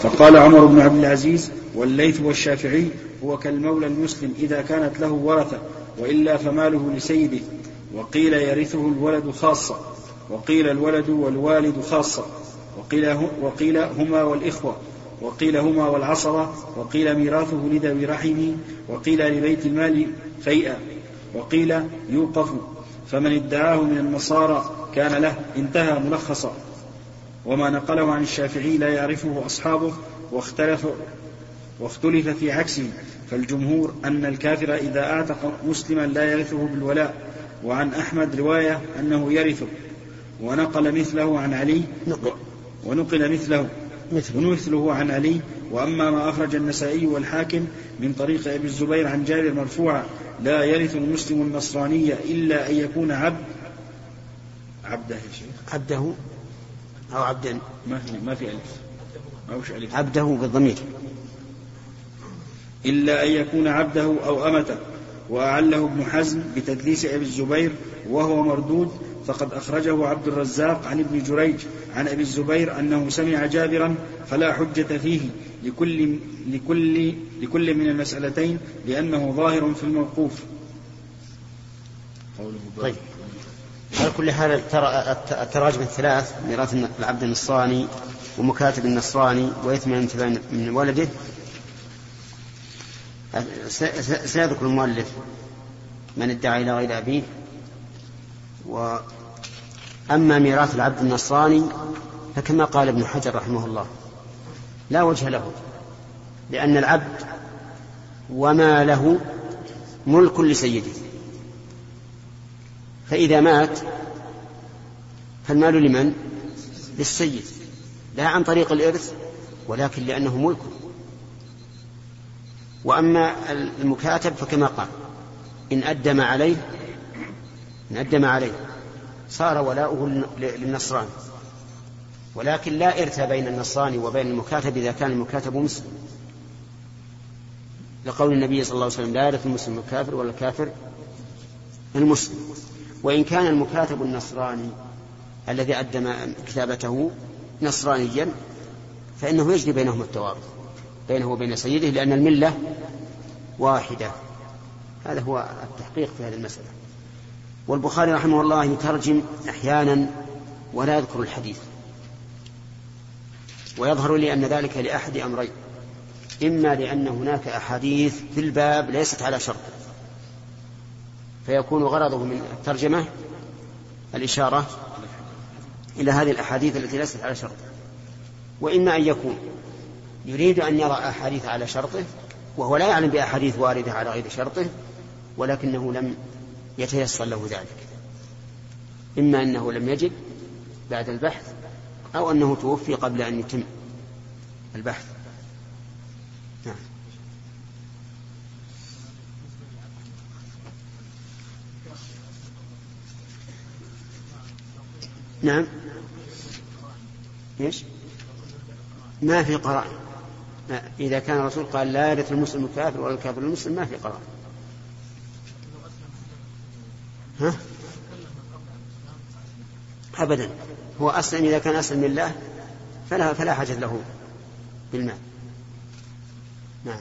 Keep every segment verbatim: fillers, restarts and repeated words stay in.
فقال عمر بن عبد العزيز والليث والشافعي هو كالمولى المسلم إذا كانت له ورثة وإلا فماله لسيده. وقيل يرثه الولد خاصة، وقيل الولد والوالد خاصة، وقيل, وقيل هما والإخوة، وقيل هما والعصبة، وقيل ميراثه لذوي رحمه، وقيل لبيت المال فيئة، وقيل يوقف فمن ادعاه من النصارى كان له. انتهى ملخصا. وما نقله عن الشافعي لا يعرفه أصحابه، واختلف, واختلف في عكسه، فالجمهور أن الكافر إذا أعتق مسلما لا يرثه بالولاء. وعن أحمد رواية أنه يرثه، ونقل مثله عن علي ونقل مثله ونمثله عن علي. وأما ما أخرج النسائي والحاكم من طريق أبي الزبير عن جابر مرفوعا لا يرث المسلم النصرانية إلا أن يكون عبد عبده يا شيخ عبده أو عبدا ما في ما في ألف ما وش ألف عبده بالضمير إلا أن يكون عبده أو أمته. وأعله ابن حزم بتدليس أبي الزبير وهو مردود، فقد أخرجه عبد الرزاق عن ابن جريج عن أبي الزبير أنه سمع جابرا فلا حجة فيه لكل, لكل, لكل من المسألتين لأنه ظاهر في الموقوف. طيب، على كل حال التراجم الثلاث ميراث العبد النصراني ومكاتب النصراني ويتم من ولده سيذكر المؤلف من ادعى إلى غير أبيه. وأما ميراث العبد النصراني فكما قال ابن حجر رحمه الله لا وجه له، لأن العبد وما له ملك لسيده، فإذا مات فالمال لمن؟ للسيد، لا عن طريق الإرث ولكن لأنه ملكه. وأما المكاتب فكما قال إن أدم عليه إن أدم عليه صار ولاؤه للنصراني، ولكن لا إرث بين النصراني وبين المكاتب إذا كان المكاتب مسلم، لقول النبي صلى الله عليه وسلم لا يرث المسلم الكافر ولا الكافر المسلم. وإن كان المكاتب النصراني الذي أدم كتابته نصرانيا فإنه يجري بينهم التوارث بينه وبين سيده، لأن الملة واحدة. هذا هو التحقيق في هذه المسألة. والبخاري رحمه الله يترجم أحيانا ولا يذكر الحديث، ويظهر لي أن ذلك لأحد أمرين: إما لأن هناك أحاديث في الباب ليست على شرط فيكون غرضه من الترجمة الإشارة إلى هذه الأحاديث التي ليست على شرط، وإما أن يكون يريد أن يرى أحاديث على شرطه وهو لا يعلم بأحاديث واردة على غير شرطه ولكنه لم يتيسر له ذلك، إما أنه لم يجد بعد البحث أو أنه توفي قبل أن يتم البحث. نعم. نعم. إيش؟ ما في قرائن. إذا كان الرسول قال لا يرث المسلم الكافر ولا الكافر المسلم ما في قرائن. ها؟ أبدا. هو أصلا إذا كان أسلم لله فلا, فلا حاجة له بالمال. نعم.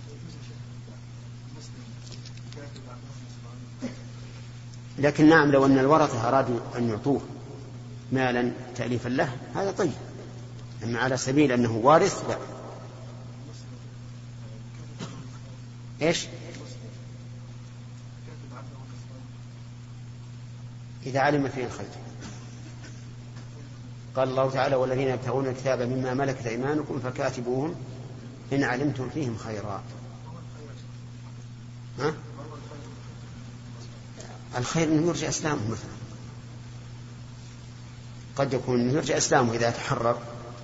لكن نعم لو أن الورثة أرادوا أن يعطوه مالا تأليفا له هذا طيب، أما على سبيل أنه وارث لا. إيش؟ إذا علم فيه الخير. قال الله تعالى والذين يبتغون الكتاب مما ملكت أيمانكم فكاتبوهم إن علمتم فيهم خيرا. ها؟ الخير أنه يرجع إسلامه مثلا، قد يكون أنه يرجع إسلامه إذا تحرر.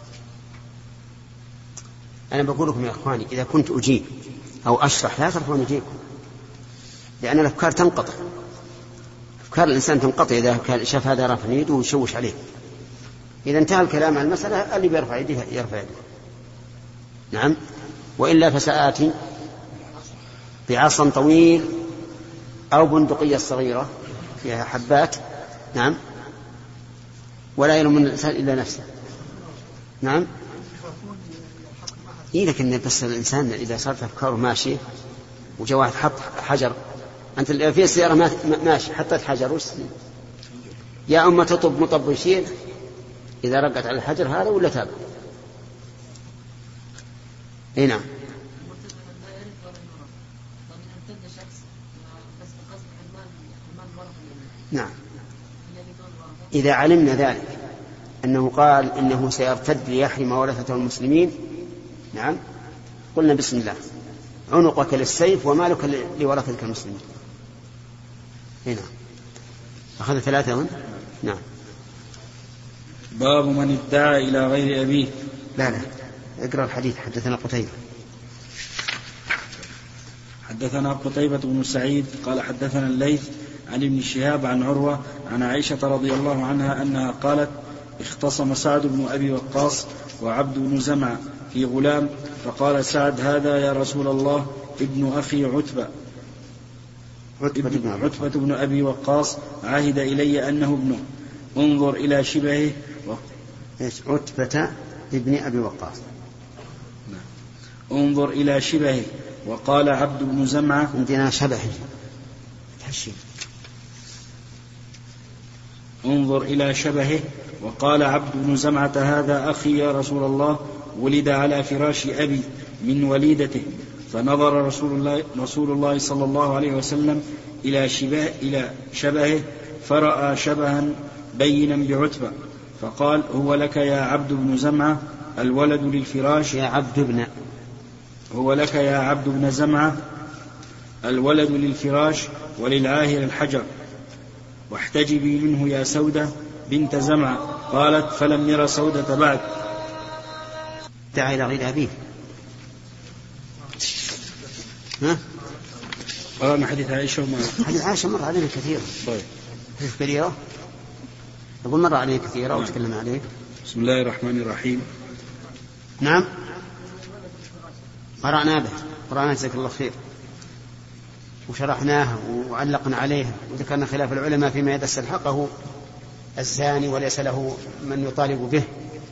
أنا بقول لكم يا أخواني إذا كنت أجيب أو أشرح لا ترفعون أجيبكم، لأن الأفكار تنقطع، أفكار الإنسان تنقطع إذا شاف هذا رافع يده ويشوش عليه. إذا انتهى الكلام عن المسألة اللي بيرفع يده يرفع يده. نعم. وإلا فسآتي بعصا طويل أو بندقية صغيرة فيها حبات. نعم. ولا يلوم الإنسان إلا نفسه. نعم. إيه لكن بس الإنسان إذا صارت أفكاره ماشية وجاء واحد حط حجر، أنت في السيارة ماشي حطت حجر وش يا أما تطب مطب يشيل إذا رقت على الحجر هذا ولا تابع. إيه نعم. نعم إذا علمنا ذلك أنه قال إنه سيرتد ليحرم ورثته المسلمين، نعم قلنا بسم الله عنقك للسيف ومالك لورثتك المسلمين. هنا أخذ ثلاثة هنا. نعم. باب من ادعى إلى غير أبيه. لا لا اقرأ الحديث. حدثنا قتيبة. حدثنا قتيبة بن سعيد قال حدثنا الليث عن ابن شهاب عن عروة عن عائشة رضي الله عنها أنها قالت اختصم سعد بن أبي وقاص وعبد بن زمعة في غلام، فقال سعد هذا يا رسول الله ابن أخي عتبة ابن عتبة بن أبي وقاص عهد إلي أنه ابنه، انظر إلى شبهه و... عتبة ابن أبي وقاص انظر إلى شبهه. وقال عبد بن زمعة عندنا شبهه تحشي. انظر إلى شبهه. وقال عبد بن زمعة هذا أخي يا رسول الله، ولد على فراش أبي من وليدته. فنظر رسول الله, رسول الله صلى الله عليه وسلم إلى شبه إلى شبهه فرأى شبها بينا بعتبة، فقال هو لك يا عبد بن زمعة الولد للفراش يا عبد بن هو لك يا عبد بن زمعة الولد للفراش وللعاهر الحجر، واحتجبي منه يا سودة بنت زمعة. قالت فلم ير سودة بعد. دعا إلى غير أبيه. ها؟ قرأنا حديث عائشة وما حديث عائشة مر علينا كثيرا. طيب. حديث بريرة أقول مر علينا كثيرا وتكلم عليه. بسم الله الرحمن الرحيم. نعم قرأنا به قرأنا جزاك الله خير وشرحناه وعلقنا عليه وذكرنا خلاف العلماء فيما إذا استلحقه الزاني وليس له من يطالب به.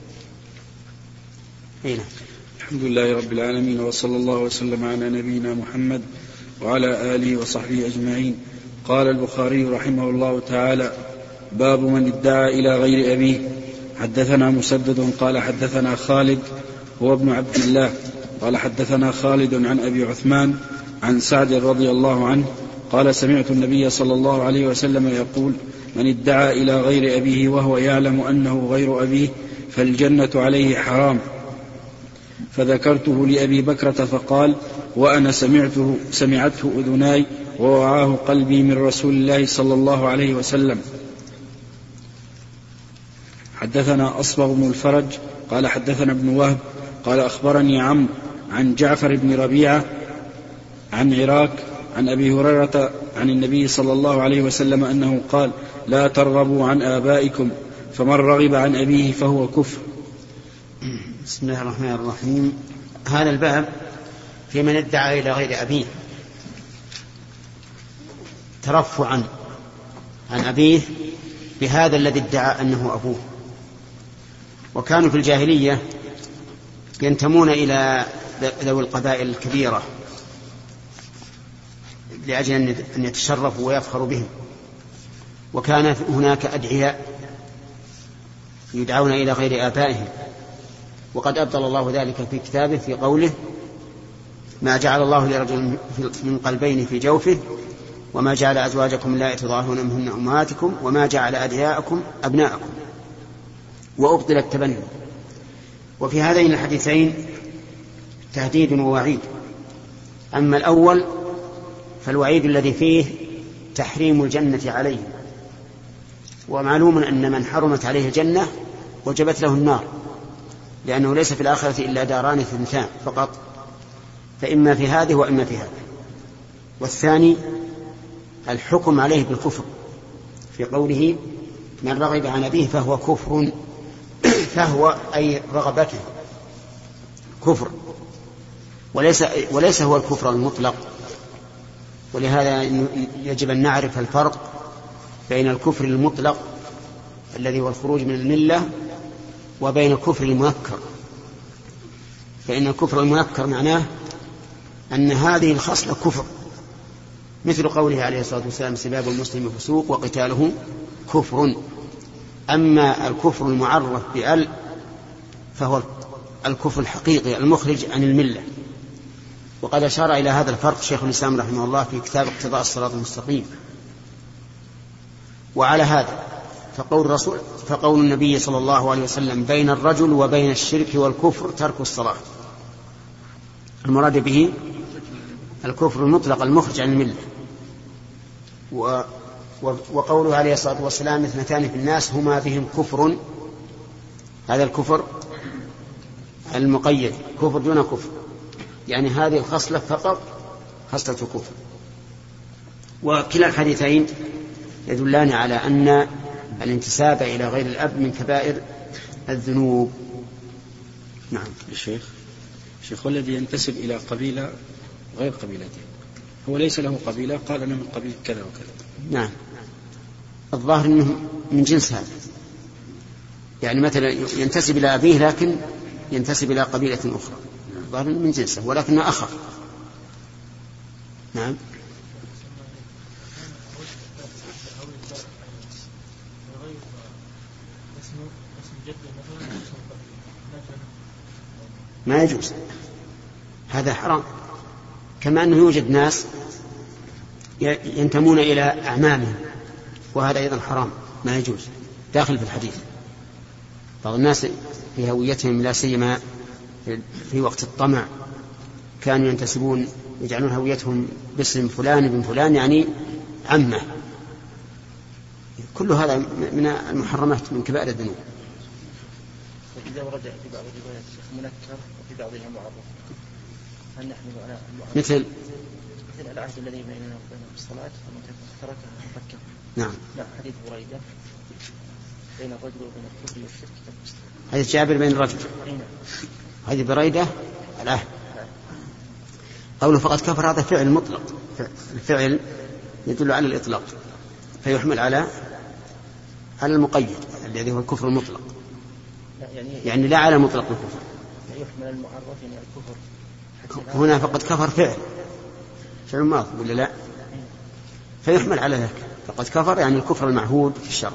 هنا. الحمد لله رب العالمين وصلى الله وسلم على نبينا محمد وعلى آله وصحبه أجمعين. قال البخاري رحمه الله تعالى باب من ادعى إلى غير أبيه. حدثنا مسدد قال حدثنا خالد هو ابن عبد الله قال حدثنا خالد عن أبي عثمان عن سعد رضي الله عنه قال سمعت النبي صلى الله عليه وسلم يقول من ادعى إلى غير أبيه وهو يعلم أنه غير أبيه فالجنة عليه حرام. فذكرته لأبي بكرة فقال وأنا سمعته سمعته أذناي ووعاه قلبي من رسول الله صلى الله عليه وسلم. حدثنا أصبغ بن الفرج قال حدثنا ابن وهب قال أخبرني عمرو عن جعفر بن ربيعة عن عراك عن أبي هريرة عن النبي صلى الله عليه وسلم أنه قال لا ترغبوا عن آبائكم فمن رغب عن أبيه فهو كفر. بسم الله الرحمن الرحيم. هذا الباب في من ادعى إلى غير أبيه ترفعا عن أبيه بهذا الذي ادعى أنه أبوه. وكانوا في الجاهلية ينتمون إلى ذوي القبائل الكبيرة لأجل أن يتشرفوا ويفخروا بهم. وكان هناك أدعياء يدعون إلى غير آبائهم، وقد أبطل الله ذلك في كتابه في قوله ما جعل الله لرجل من قلبين في جوفه وما جعل أزواجكم اللائي تظاهرون منهن أمهاتكم وما جعل أدعياءكم أبناءكم وأبطل التبني. وفي هذين الحديثين تهديد ووعيد. أما الأول فالوعيد الذي فيه تحريم الجنة عليه، ومعلوم أن من حرمت عليه الجنة وجبت له النار، لأنه ليس في الآخرة إلا داران اثنتان فقط، فإما في هذه وإما في هذه. والثاني الحكم عليه بالكفر في قوله من رغب عن أبيه فهو كفر، فهو أي رغبته كفر، وليس, وليس هو الكفر المطلق. ولهذا يجب أن نعرف الفرق بين الكفر المطلق الذي هو الخروج من الملة وبين الكفر المنكر. فإن الكفر المنكر معناه أن هذه الخصلة كفر، مثل قوله عليه الصلاة والسلام سباب المسلم فسوق وقتاله كفر. أما الكفر المعرف بأل فهو الكفر الحقيقي المخرج عن الملة. وقد أشار إلى هذا الفرق شيخ الإسلام رحمه الله في كتاب اقتضاء الصراط المستقيم. وعلى هذا فقول الرسول فقول النبي صلى الله عليه وسلم بين الرجل وبين الشرك والكفر ترك الصلاة، المراد به الكفر المطلق المخرج عن الملة. و وقوله عليه الصلاة والسلام اثنتان في الناس هما بهم كفر، هذا الكفر المقيد كفر دون كفر، يعني هذه الخصلة فقط خصلة كفر. وكلا الحديثين يدلان على أن الانتساب إلى غير الأب من كبائر الذنوب. نعم. الشيخ الشيخ والذي ينتسب إلى قبيلة غير قبيلته هو ليس له قبيلة، قال أنا من قبيلة كذا وكذا. نعم، الظاهر أنه من جنس هذا، يعني مثلا ينتسب إلى أبيه لكن ينتسب إلى قبيلة أخرى، الظاهر أنه من جنسه ولكنه أخف. نعم. ما يجوز، هذا حرام. كما أنه يوجد ناس ينتمون إلى أعمامهم وهذا أيضا حرام، ما يجوز، داخل في الحديث. بعض الناس في هويتهم لا سيما في وقت الطمع كانوا ينتسبون يجعلون هويتهم باسم فلان ابن فلان يعني عمه. كل هذا من المحرمات من كبائر الذنوب. إذا ورد في بعض الروايات منكر وفي بعضها معرف، هل نحمل على المعرف مثل مثل العهد الذي بيننا وبين الصلاة فمن تركها فقد كفر؟ نعم. لا، حديث بريدة بين الرجل وبين الكفر والشرك كالمسلم. حديث جابر بين الرجل. هذه بريدة العهد. قوله فقد كفر هذا فعل مطلق، الفعل يدل على الإطلاق فيحمل على على المقيد الذي هو الكفر المطلق، يعني, يعني لا على مطلق الكفر. يحمل المعرف يعني الكفر هنا فقد كفر فعل فعل ماضي ولا لا؟ فيحمل على ذلك فقد كفر يعني الكفر المعهود في الشرع.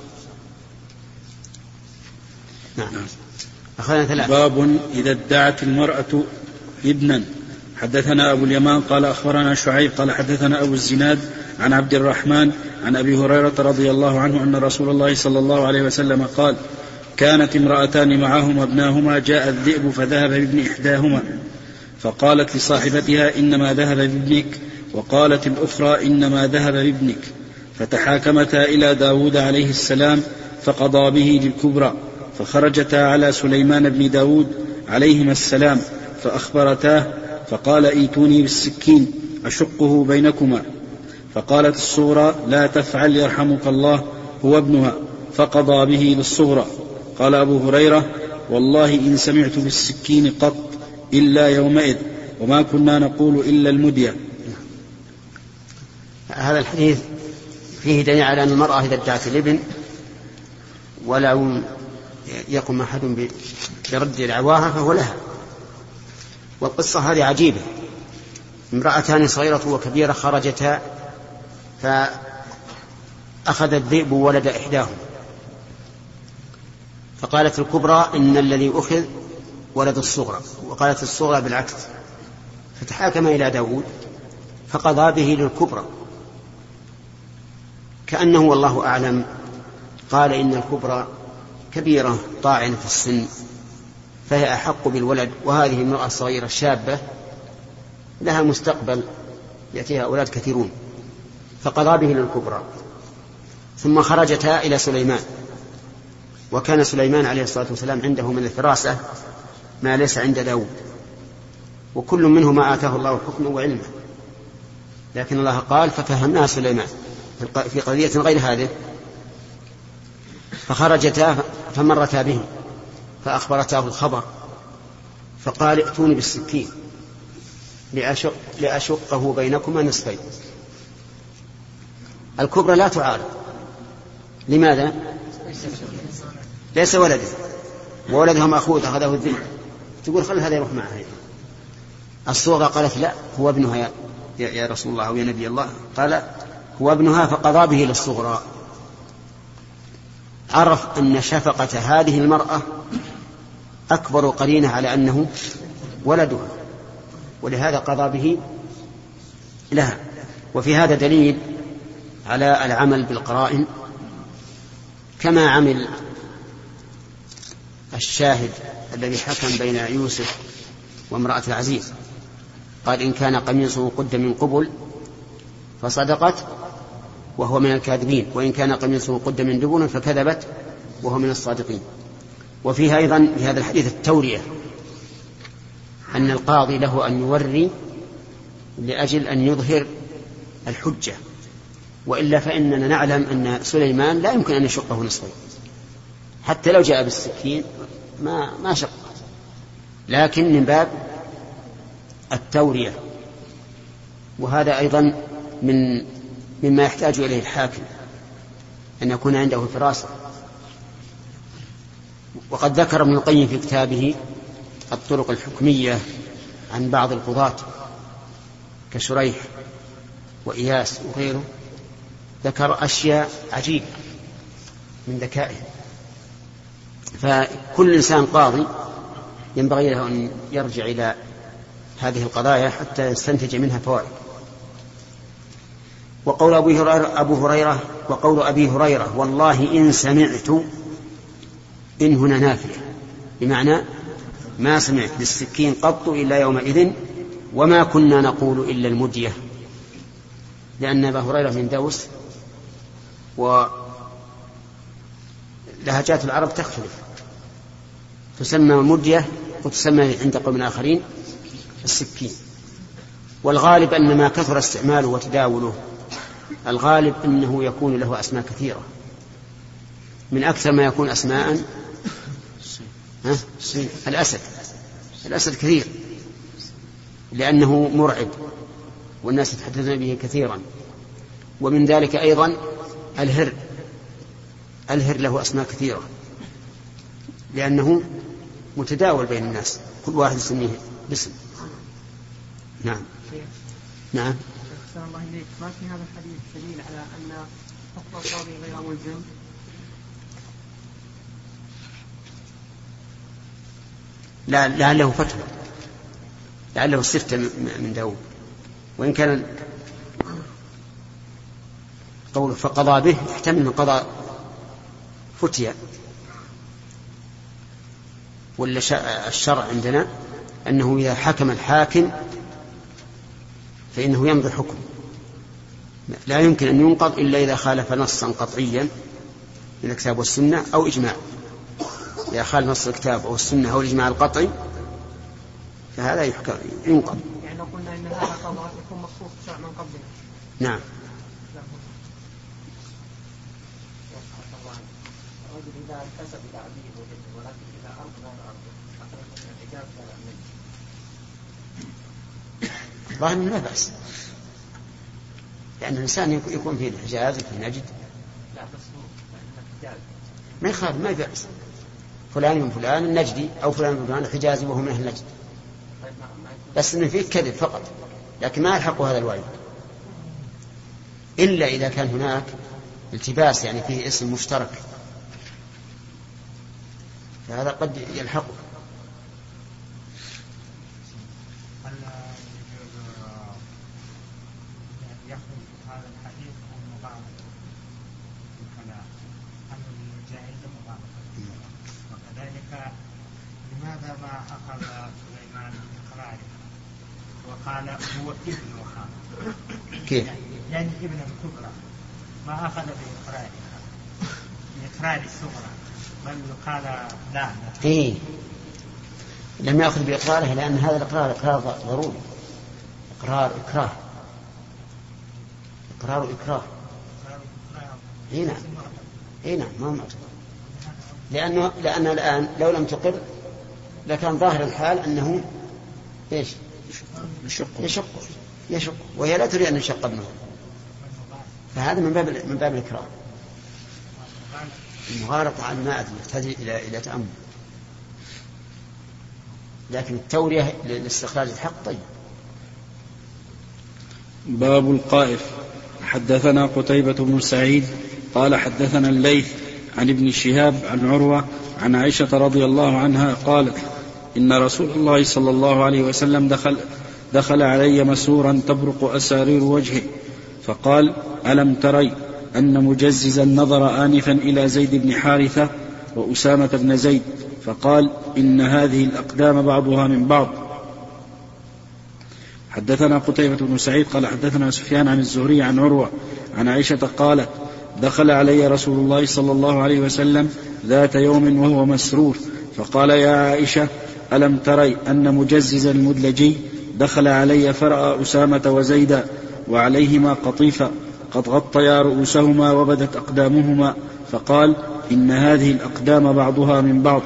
نعم. أخذنا ثلاثة. باب إذا ادعت المرأة ابنا. حدثنا أبو اليمان قال أخبرنا شعيب قال حدثنا أبو الزناد عن عبد الرحمن عن أبي هريرة رضي الله عنه أن رسول الله صلى الله عليه وسلم قال كانت امرأتان معهما ابناهما جاء الذئب فذهب بابن إحداهما فقالت لصاحبتها إنما ذهب بابنك، وقالت الأخرى إنما ذهب بابنك، فتحاكمتا إلى داود عليه السلام فقضى به للكبرى، فخرجتا على سليمان بن داود عليهما السلام فأخبرتاه فقال ايتوني بالسكين أشقه بينكما، فقالت الصغرى لا تفعل يرحمك الله هو ابنها، فقضى به للصغرى. قال أبو هريرة والله إن سمعت بالسكين قط إلا يومئذ وما كنا نقول إلا المدية. هذا الحديث فيه دليل على أن المرأة إذا ادعت الابن ولا يقوم أحد برد دعواها فهو لها. والقصة هذه عجيبة، امرأتان صغيرة وكبيرة خرجتا فأخذ الذئب ولد إحداهم، فقالت الكبرى إن الذي أخذ ولد الصغرى، وقالت الصغرى بالعكس، فتحاكم إلى داود فقضى به للكبرى، كأنه والله أعلم قال إن الكبرى كبيرة طاعنة في السن فهي أحق بالولد، وهذه المرأة الصغيرة الشابة لها مستقبل يأتيها أولاد كثيرون، فقضى به للكبرى. ثم خرجتا إلى سليمان، وكان سليمان عليه الصلاة والسلام عنده من الفراسة ما ليس عند داود، وكل منهما آتاه الله حكمه وعلمه، لكن الله قال ففهمناها سليمان في قضية غير هذه. فخرجتا فمرتا به فأخبرتاه الخبر فقال ائتوني بالسكين لأشق لأشقه بينكما نصفين. الكبرى لا تعارض، لماذا؟ ليس ولده وولدهم أخوه أخذه الذئب، تقول خل هذا يروح معها. الصغرى قالت لا هو ابنها يا رسول الله أو يا نبي الله، قال هو ابنها فقضى به للصغرى. عرف أن شفقة هذه المرأة أكبر قرينة على أنه ولدها، ولهذا قضى به لها. وفي هذا دليل على العمل بالقرائن، كما عمل الشاهد الذي حكم بين يوسف وامرأة العزيز، قال إن كان قميصه قد من قبل فصدقت وهو من الكاذبين، وإن كان قميصه قد من دبر فكذبت وهو من الصادقين. وفيها أيضا في هذا الحديث التورية، أن القاضي له أن يوري لأجل أن يظهر الحجة، وإلا فإننا نعلم أن سليمان لا يمكن أن يشقه نصفين، حتى لو جاء بالسكين ما ما شق، لكن من باب التورية. وهذا أيضا من مما يحتاج إليه الحاكم، أن يكون عنده فراسة. وقد ذكر ابن القيم في كتابه الطرق الحكمية عن بعض القضاة كشريح وإياس وغيره، ذكر أشياء عجيبة من ذكائه. فكل إنسان قاضي ينبغي له أن يرجع إلى هذه القضايا حتى يستنتج منها فوائد. وقول أبو هريرة, أبو هريرة وقول أبي هريرة والله إن سمعت، إن هنا نافية، بمعنى ما سمعت بالسكين قط إلا يومئذ، وما كنا نقول إلا المدية، لأن أبا هريرة من دوس ولهجات العرب تختلف، تسمى مدية وتسمى عند قوم آخرين السكين. والغالب أن ما كثر استعماله وتداوله الغالب أنه يكون له أسماء كثيرة، من أكثر ما يكون أسماء ها؟ الأسد. الأسد كثير لأنه مرعب والناس يتحدثون به كثيرا. ومن ذلك أيضا الهر، الهر له أسماء كثيرة لأنه متداول بين الناس، كل واحد يسميه باسم. نعم نعم. أحسن الله إليك، ما في هذا الحديث دليل على أن حكم القاضي غير ملزم؟ لا، لعله فتوى، لعله استفتى من داود، وإن كان قوله فقضى به يحتمل من قضاء فتيا. ولا الشرع عندنا أنه إذا حكم الحاكم فإنه يمضي حكم، لا يمكن أن ينقض إلا إذا خالف نصا قطعيا من الكتاب والسنة أو إجماع. إذا خالف نص الكتاب أو السنة أو الإجماع القطعي فهذا يحكم ينقض. يعني لو قلنا إن هذا قضاء يكون مخصوص شرع من قبلنا. نعم. الرجل إذا انتسب إلى أبيه وجده، ولكن إذا أرض غير أرضه أخرج من الحجاب فلا منه. ظاهر لا بأس، لأن الإنسان يكون في الحجاز في نجد لا بس هو الحجاز ما يخالف، ما بأس. فلان من فلان النجدي أو فلان من فلان الحجازي وهو من أهل النجد، بس إنه فيه كذب فقط، لكن ما يلحق هذا الوعيد إلا إذا كان هناك التباس، يعني فيه اسم مشترك، فهذا قد يلحقه. لماذا ما أخذ سليمان بإقراره وقال هو ابن وخان؟ كيف؟ يعني ابن الكبرى ما أخذ بإقراره بإقرار الصغرى، بل قال لا. إيه، لم يأخذ بإقراره لأن هذا الإقرار إقرار ضروري، إقرار إكراه، إقرار إكراه. إيه نعم، إيه نعم، ما معتبر، لأنه لأن الآن لو لم تقر لكان ظاهر الحال أنه إيش؟ يشق يشق يشق وهي لا تريد أن يشق ابنه، فهذا من باب من باب الإكراه. المغالطة عن ما أدري يحتاج إلى إلى تأمل. لكن التورية لاستخراج الحق طيب. باب القائف. حدثنا قتيبة بن سعيد قال حدثنا الليث عن ابن شهاب عن عروة عن عائشة رضي الله عنها قالت إن رسول الله صلى الله عليه وسلم دخل, دخل علي مسرورا تبرق أسارير وجهه فقال ألم تري أن مجززا نظر آنفا إلى زيد بن حارثة وأسامة بن زيد فقال إن هذه الأقدام بعضها من بعض. حدثنا قتيبة بن سعيد قال حدثنا سفيان عن الزهري عن عروة عن عائشة قالت دخل علي رسول الله صلى الله عليه وسلم ذات يوم وهو مسرور فقال يا عائشة ألم تري أن مجزز المدلجي دخل علي فرأى أسامة وزيدا وعليهما قطيفة قد غطيا رؤوسهما وبدت أقدامهما فقال إن هذه الأقدام بعضها من بعض.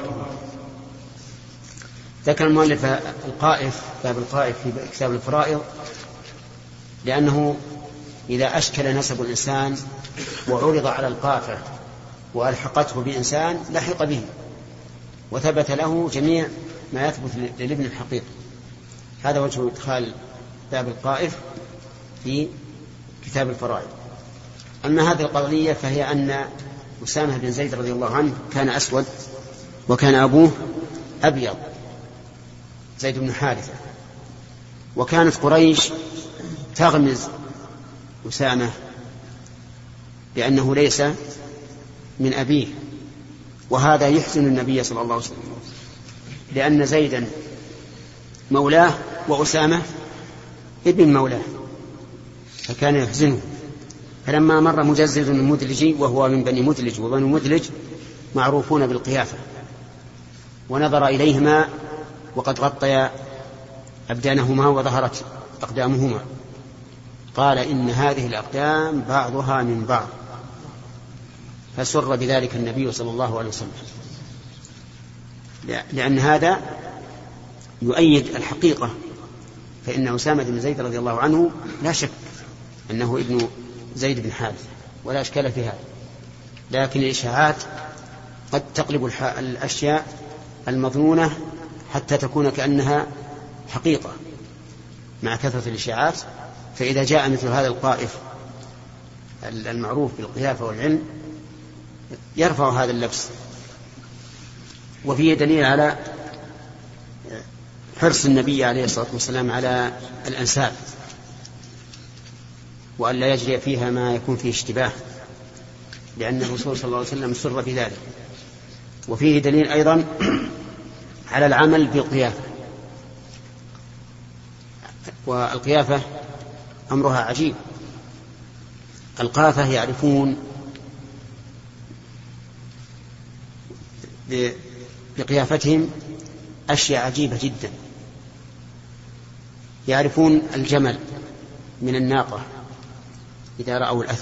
ذكر المؤلف القائف باب القائف في كتاب الفرائض لأنه إذا أشكل نسب الإنسان وعرض على القافع وألحقته بإنسان لحق به وثبت له جميع ما يثبت للابن الحقيقي. هذا وجه إدخال باب القائف في كتاب الفرائض. أما هذه القضية فهي أن أسامة بن زيد رضي الله عنه كان أسود وكان أبوه أبيض زيد بن حارثة، وكانت قريش تغمز أسامة لأنه ليس من أبيه، وهذا يحزن النبي صلى الله عليه وسلم لأن زيدا مولاه وأسامة ابن مولاه فكان يحزنه. فلما مر مجزز المدلجي وهو من بني مدلج، وبني مدلج معروفون بالقيافة، ونظر إليهما وقد غطيا أبدانهما وظهرت أقدامهما قال إن هذه الأقدام بعضها من بعض، فسر بذلك النبي صلى الله عليه وسلم، لأن هذا يؤيد الحقيقة، فإن أسامة بن زيد رضي الله عنه لا شك أنه ابن زيد بن حارثة ولا أشكال في هذا، لكن الإشاعات قد تقلب الأشياء المظنونة حتى تكون كأنها حقيقة مع كثرة الإشاعات. فإذا جاء مثل هذا القائف المعروف بالقيافة والعلم يرفع هذا اللبس. وفيه دليل على حرص النبي عليه الصلاة والسلام على الأنساب وأن لا يجري فيها ما يكون فيه اشتباه، لأن الرسول صلى الله عليه وسلم سر بذلك. وفيه دليل أيضا على العمل بالقيافة، والقيافة أمرها عجيب. القافة يعرفون بقيافتهم أشياء عجيبة جدا، يعرفون الجمل من الناقة إذا رأوا الأثر،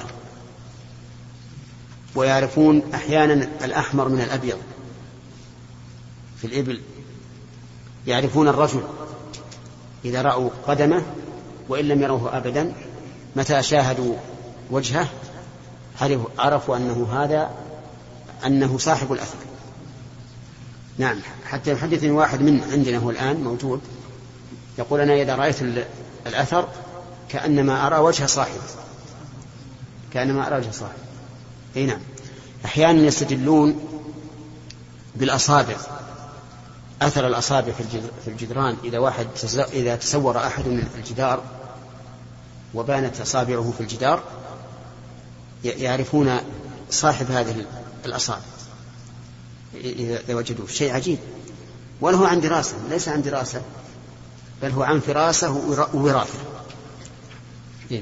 ويعرفون أحيانا الأحمر من الأبيض في الإبل، يعرفون الرجل إذا رأوا قدمه وإن لم يروه أبدا متى شاهدوا وجهه عرفوا أنه هذا أنه صاحب الأثر. نعم، حتى يحدثني واحد من عندنا هو الآن موجود يقول أنا إذا رأيت الأثر كأنما أرى وجه صاحب كأنما أرى وجه صاحب. أي نعم، أحيانا يستدلون بالأصابع، أثر الأصابع في الجدران. إذا واحد إذا تصور أحد من الجدار وبانت أصابعه في الجدار يعرفون صاحب هذه الأصابع إذا وجدوه. شيء عجيب، وله عن دراسة، ليس عن دراسة بل هو عن فراسة ووراثة. نعم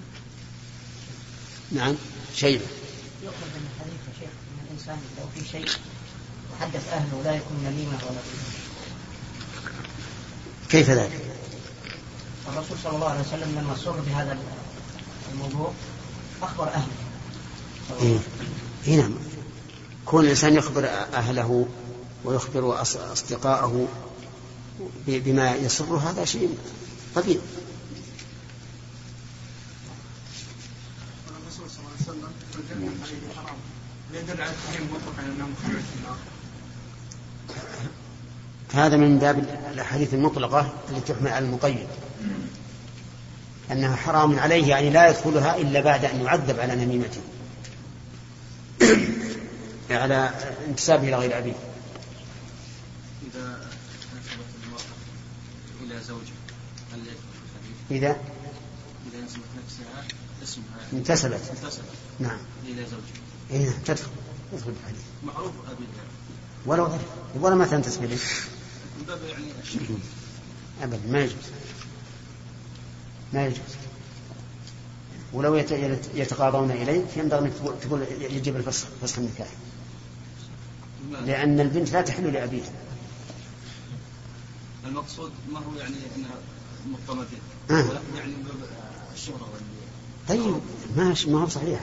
نعم شيء يؤخذ من الحديث يا شيخ أن الإنسان لو في شيء وحدث أهله لا يكون نميمة ولا غيبة. كيف ذلك؟ الرسول صلى الله عليه وسلم لما سر بهذا الموضوع أخبر أهله. إيه. إيه نعم، كون الإنسان يخبر أهله ويخبر أصدقائه بما يسر هذا شيء طبيعي. الرسول صلى الله عليه وسلم الجنة عليه حرام لا يدل على التحريم مطلقا أنه مخرج في النار. هذا من باب الأحاديث المطلقة التي تحمل على المقيد، أنها حرام عليه يعني لا يدخلها إلا بعد أن يعذب على نميمته على انتسابه إلى غير أبيه. إذا نسبت المرأة إلى زوجها هل يدخل الحديث؟ إذا إذا نسبت نفسها اسمها انتسبت انتسبت نعم إلى زوجها إيه تدخل تدخل الحديث معروف أبيها ولو ولا ما تنتسب إليه من باب يعني الشيء أبدا ما يجوز ما يجوز. ولو يتقاضون إليك ينبغي أن تقول يجب الفسخ فسخ النكاح، لأن البنت لا تحل لأبيها. المقصود ما هو يعني أنها مقتمتين آه. يعني الشهرة طيب ما ما هو صحيح.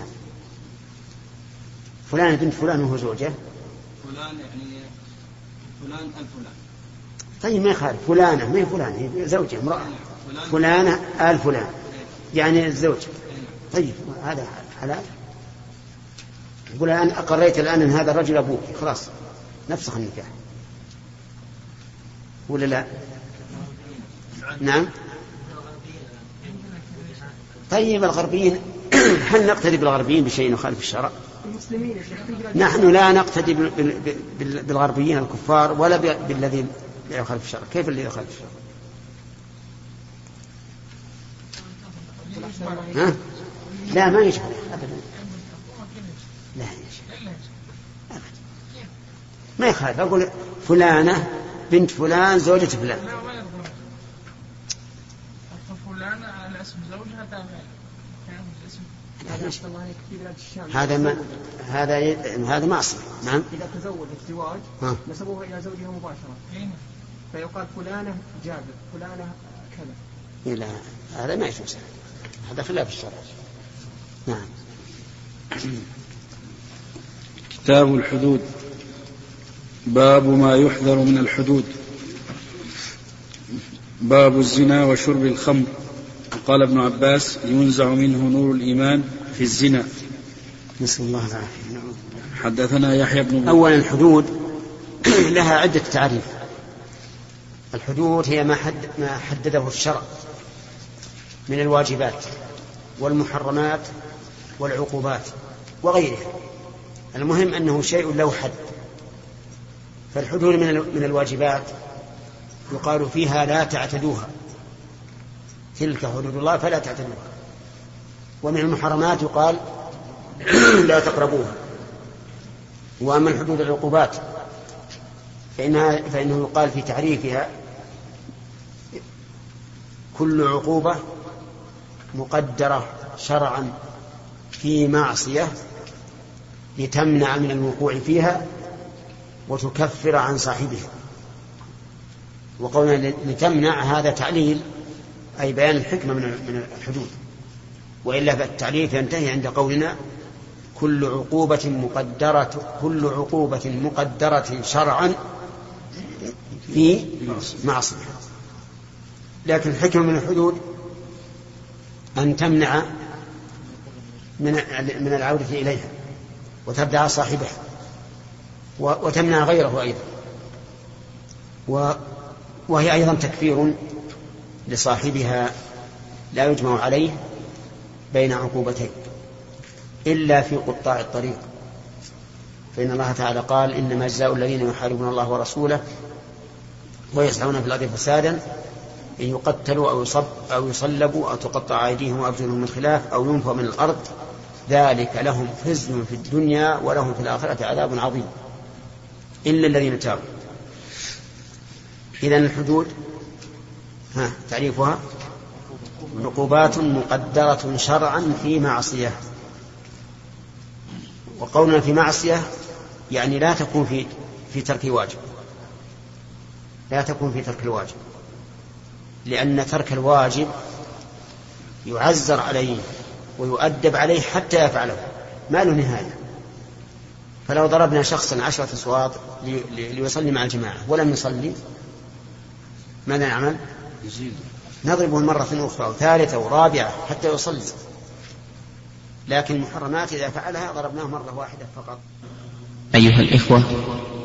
فلان بنت فلان وهو زوجه فلان يعني فلان الفلان طيب ما يخالف فلانة ما هي فلان هي زوجة امرأة فلانة آل فلان يعني الزوج. طيب هذا حلال. يقول الآن أقريت الآن أن هذا الرجل أبوك خلاص نفسخ النكاح ولا لا؟ نعم. طيب الغربيين هل نقتدي بالغربيين بشيء يخالف الشرع؟ نحن لا نقتدي بالغربيين الكفار ولا بالذي لا يخالف الشرع. كيف الذي يخالف الشرع؟ ها؟ لا ما يشبه أبدا لا يشبه أبدا ما يخالف. أقول فلانة بنت فلان زوجة فلان فلانة على اسم زوجها هذا ما هذا ي... هذا معصية. نعم. إذا تزوج الزواج نسبوها إلى زوجها مباشرة فيقال فلانة جابر فلانة كذا. لا هذا ما يجوز هذا خلاف الشرع. نعم. كتاب الحدود. باب ما يحذر من الحدود. باب الزنا وشرب الخمر. قال ابن عباس ينزع منه نور الإيمان في الزنا. نسأل الله العافية. حدثنا يحيى بن أولا الحدود لها عدة تعريف. الحدود هي ما, حد ما حدده الشرع من الواجبات والمحرمات والعقوبات وغيرها. المهم أنه شيء له حد. فالحدود من الواجبات يقال فيها لا تعتدوها تلك حدود الله فلا تعتدوها. ومن المحرمات يقال لا تقربوها. وأما الحدود العقوبات فإنها فإنه يقال في تعريفها كل عقوبة مقدرة شرعا في معصية لتمنع من الوقوع فيها وتكفر عن صاحبها. وقولنا لتمنع هذا تعليل أي بيان الحكمة من الحدود. وإلا فالتعليل ينتهي عند قولنا كل عقوبة مقدرة كل عقوبة مقدرة شرعا في معصية. لكن الحكمة من الحدود أن تمنع من من العودة إليها وتردع صاحبها وتمنع غيره أيضا. وهي أيضا تكفير لصاحبها لا يجمع عليه بين عقوبتين إلا في قطاع الطريق. فإن الله تعالى قال إنما جزاء الذين يحاربون الله ورسوله ويسعون في الأرض فسادا أن يقتلوا أو يصب أو يصلبوا أو تقطع أيديهم وأرجلهم من خلاف أو ينفوا من الأرض ذلك لهم خزي في الدنيا ولهم في الآخرة عذاب عظيم إلا الذين تابوا. إذن الحدود ها تعريفها عقوبات مقدرة شرعا في معصية. وقولنا في معصية يعني لا تكون في في ترك واجب لا تكون في ترك الواجب لأن ترك الواجب يعزر عليه ويؤدب عليه حتى يفعله ما له نهاية. فلو ضربنا شخصا عشرة أصوات ليصلي مع الجماعة ولم يصلي ماذا نعمل؟ نضربه مرة أخرى أو ثالثة أو رابعة حتى يصلي. لكن المحرمات إذا فعلها ضربناه مرة واحدة فقط. أيها الإخوة